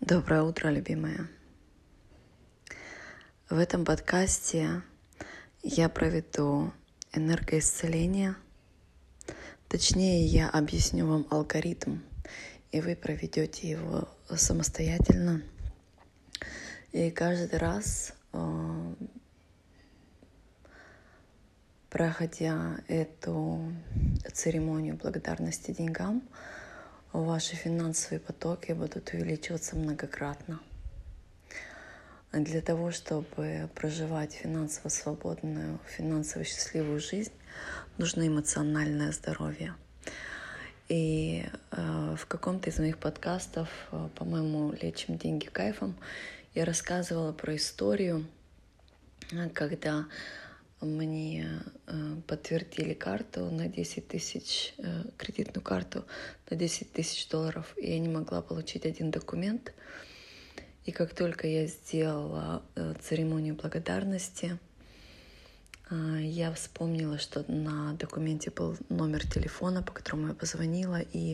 Доброе утро, любимая. В этом подкасте я проведу энергоисцеление. Точнее, я объясню вам алгоритм, и вы проведете его самостоятельно. И каждый раз, проходя эту церемонию благодарности деньгам, ваши финансовые потоки будут увеличиваться многократно. Для того, чтобы проживать финансово свободную, финансово счастливую жизнь, нужно эмоциональное здоровье. И в каком-то из моих подкастов, по-моему, «Лечим деньги кайфом», я рассказывала про историю, когда мне подтвердили карту на 10 тысяч, кредитную карту на 10 тысяч долларов, и я не могла получить один документ. И как только я сделала церемонию благодарности, я вспомнила, что на документе был номер телефона, по которому я позвонила, и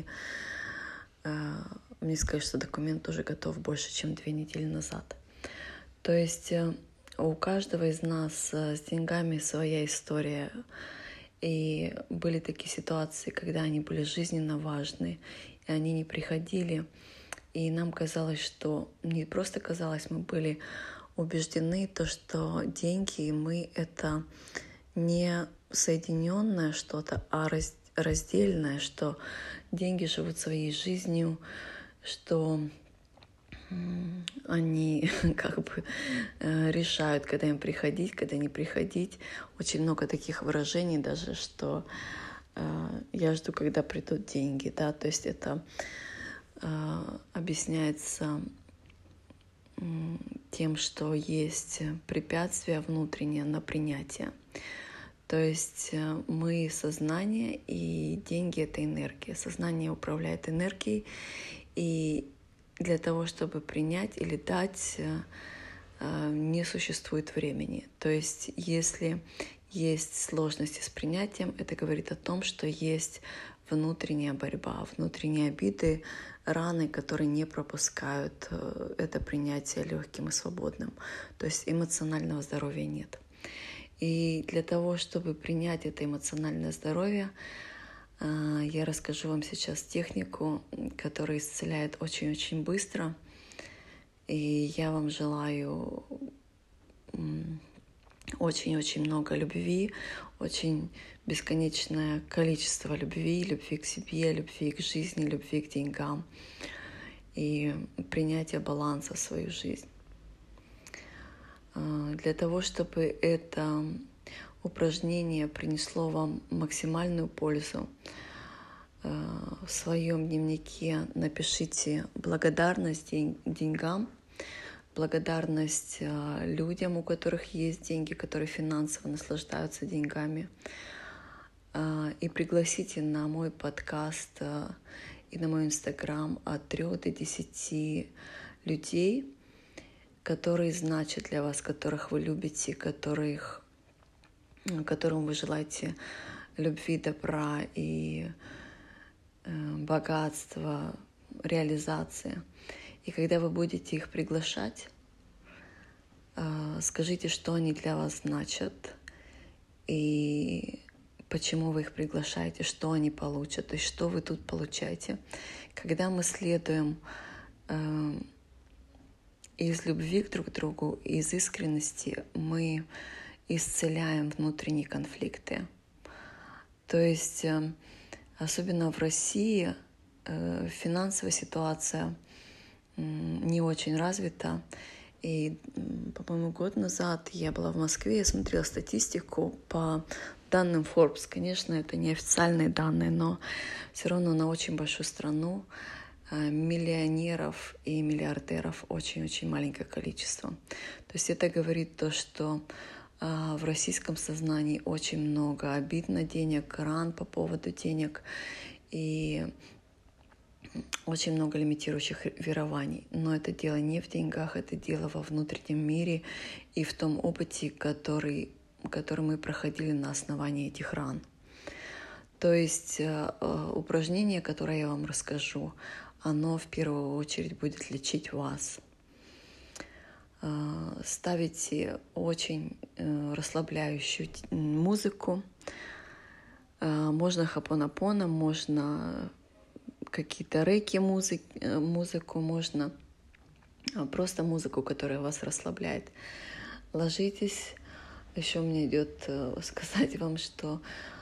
мне сказали, что документ уже готов больше, чем 2 недели назад. То есть у каждого из нас с деньгами своя история. И были такие ситуации, когда они были жизненно важны, и они не приходили. И нам казалось, что не просто казалось, мы были убеждены, то, что деньги и мы — это не соединенное что-то, а раздельное, что деньги живут своей жизнью, что они как бы решают, когда им приходить, когда не приходить. Очень много таких выражений даже, что я жду, когда придут деньги, да, то есть это объясняется тем, что есть препятствие внутреннее на принятие. То есть мы сознание, и деньги — это энергия. Сознание управляет энергией, и для того, чтобы принять или дать, не существует времени. То есть если есть сложности с принятием, это говорит о том, что есть внутренняя борьба, внутренние обиды, раны, которые не пропускают это принятие легким и свободным. То есть эмоционального здоровья нет. И для того, чтобы принять это эмоциональное здоровье, я расскажу вам сейчас технику, которая исцеляет очень-очень быстро. И я вам желаю очень-очень много любви, очень бесконечное количество любви к себе, любви к жизни, любви к деньгам и принятия баланса в свою жизнь. Для того, чтобы это упражнение принесло вам максимальную пользу, в своем дневнике напишите благодарность деньгам, благодарность людям, у которых есть деньги, которые финансово наслаждаются деньгами. И пригласите на мой подкаст и на мой инстаграм от 3 до 10 людей, которые значат для вас, которых вы любите, которым вы желаете любви, добра и богатства, реализации. И когда вы будете их приглашать, скажите, что они для вас значат и почему вы их приглашаете, что они получат, то есть что вы тут получаете. Когда мы следуем из любви к друг другу, из искренности, мы исцеляем внутренние конфликты. То есть особенно в России финансовая ситуация не очень развита. И, по-моему, год назад я была в Москве, я смотрела статистику по данным Forbes. Конечно, это не официальные данные, но все равно на очень большую страну миллионеров и миллиардеров очень-очень маленькое количество. То есть это говорит то, что в российском сознании очень много обид на денег, ран по поводу денег и очень много лимитирующих верований. Но это дело не в деньгах, это дело во внутреннем мире и в том опыте, который мы проходили на основании этих ран. То есть упражнение, которое я вам расскажу, оно в первую очередь будет лечить вас. Ставите очень расслабляющую музыку. Можно хапонапона, можно какие-то рэки музыку, можно просто музыку, которая вас расслабляет. Ложитесь. Еще мне идет сказать вам, что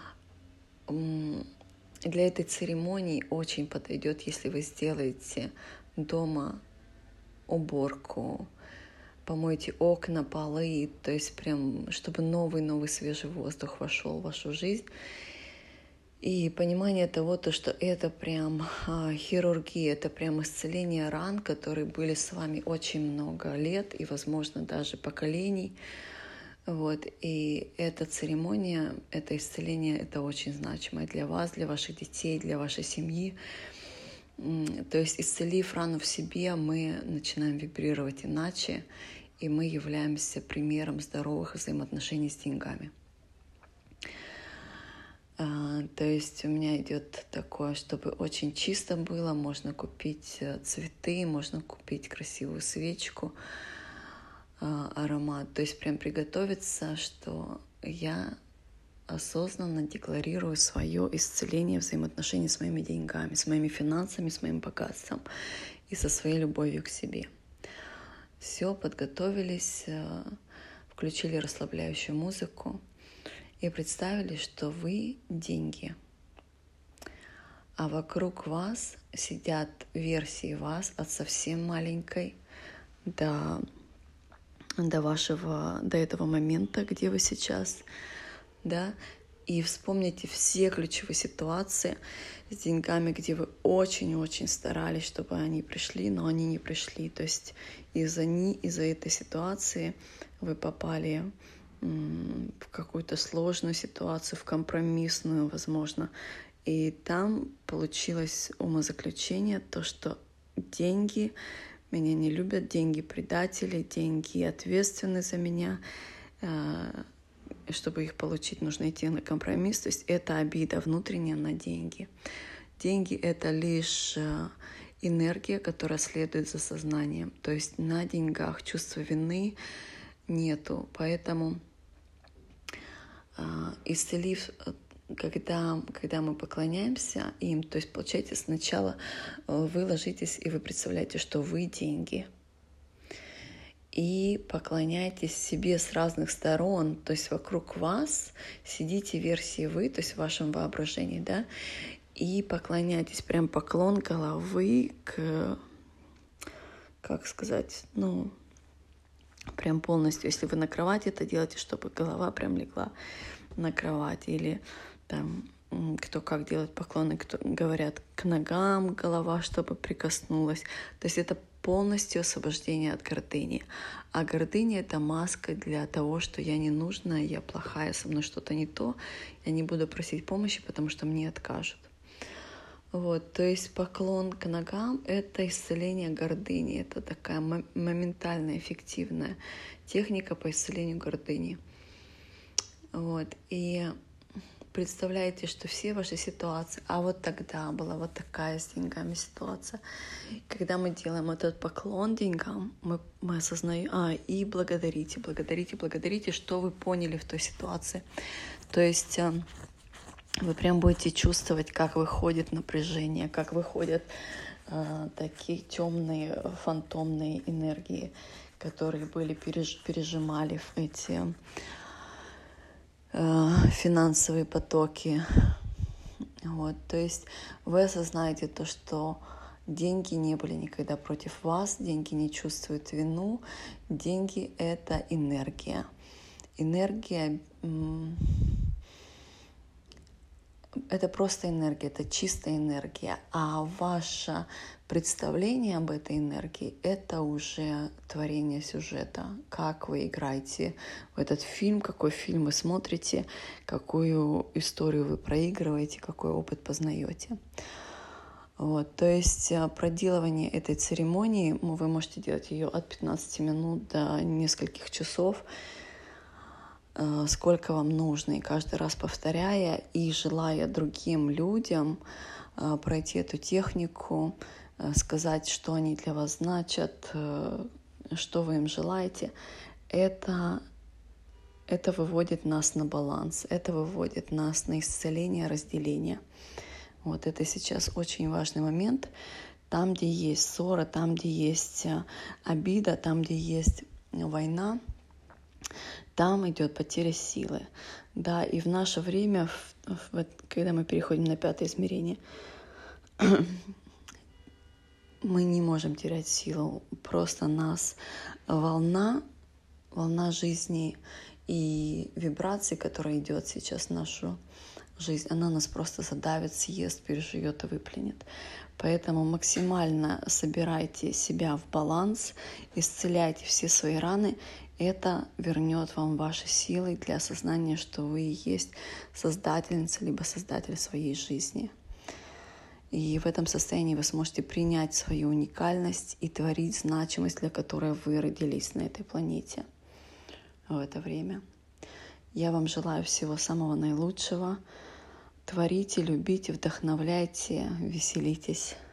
для этой церемонии очень подойдет, если вы сделаете дома уборку, помойте окна, полы, то есть прям, чтобы новый свежий воздух вошел в вашу жизнь. И понимание того, что это прям хирургия, это прям исцеление ран, которые были с вами очень много лет и, возможно, даже поколений. Вот. И эта церемония, это исцеление, это очень значимое для вас, для ваших детей, для вашей семьи. То есть, исцелив рану в себе, мы начинаем вибрировать иначе, и мы являемся примером здоровых взаимоотношений с деньгами. То есть у меня идет такое, чтобы очень чисто было. Можно купить цветы, можно купить красивую свечку, аромат. То есть прям приготовиться, что я осознанно декларирую свое исцеление взаимоотношений с моими деньгами, с моими финансами, с моим богатством и со своей любовью к себе. Все, подготовились, включили расслабляющую музыку и представили, что вы деньги, а вокруг вас сидят версии вас от совсем маленькой до этого момента, где вы сейчас, да, и вспомните все ключевые ситуации с деньгами, где вы очень-очень старались, чтобы они пришли, но они не пришли. То есть из-за этой ситуации вы попали в какую-то сложную ситуацию, в компромиссную, возможно. И там получилось умозаключение, то, что деньги меня не любят, деньги предатели, деньги ответственны за меня. Чтобы их получить, нужно идти на компромисс. То есть это обида внутренняя на деньги. Деньги — это лишь энергия, которая следует за сознанием. То есть на деньгах чувства вины нету. Поэтому исцелив, когда мы поклоняемся им, то есть, получается, сначала вы ложитесь и вы представляете, что вы деньги. И поклоняйтесь себе с разных сторон, то есть вокруг вас сидите версии вы, то есть в вашем воображении, да, и поклоняйтесь, прям поклон головы к, как сказать, прям полностью. Если вы на кровати, это делайте, чтобы голова прям легла на кровать. Или там кто как делает поклоны, кто говорят к ногам голова, чтобы прикоснулась. То есть это полностью освобождение от гордыни. А гордыня — это маска для того, что я не нужна, я плохая, со мной что-то не то, я не буду просить помощи, потому что мне откажут. Вот, то есть поклон к ногам — это исцеление гордыни, это такая моментальная, эффективная техника по исцелению гордыни. Вот, и представляете, что все ваши ситуации, а вот тогда была вот такая с деньгами ситуация. Когда мы делаем этот поклон деньгам, мы осознаем, и благодарите, что вы поняли в той ситуации. То есть вы прям будете чувствовать, как выходит напряжение, как выходят такие темные фантомные энергии, которые были пережимали в эти финансовые потоки. Вот, то есть вы осознаете то, что деньги не были никогда против вас, деньги не чувствуют вину, деньги — это энергия. Энергия — это просто энергия, это чистая энергия, а ваше представление об этой энергии — это уже творение сюжета, как вы играете в этот фильм, какой фильм вы смотрите, какую историю вы проигрываете, какой опыт познаете. Вот, то есть проделывание этой церемонии, вы можете делать ее от 15 минут до нескольких часов, сколько вам нужно, и каждый раз повторяя и желая другим людям пройти эту технику, сказать, что они для вас значат, что вы им желаете, это выводит нас на баланс, это выводит нас на исцеление, разделение. Вот это сейчас очень важный момент. Там, где есть ссора, там, где есть обида, там, где есть война, там идет потеря силы. Да, и в наше время, когда мы переходим на 5-е измерение, мы не можем терять силу. Просто нас волна жизни и вибрации, которая идет сейчас в нашу жизнь, она нас просто задавит, съест, переживет и выплюнет. Поэтому максимально собирайте себя в баланс, исцеляйте все свои раны. Это вернет вам ваши силы для осознания, что вы и есть создательница, либо создатель своей жизни. И в этом состоянии вы сможете принять свою уникальность и творить значимость, для которой вы родились на этой планете в это время. Я вам желаю всего самого наилучшего. Творите, любите, вдохновляйте, веселитесь.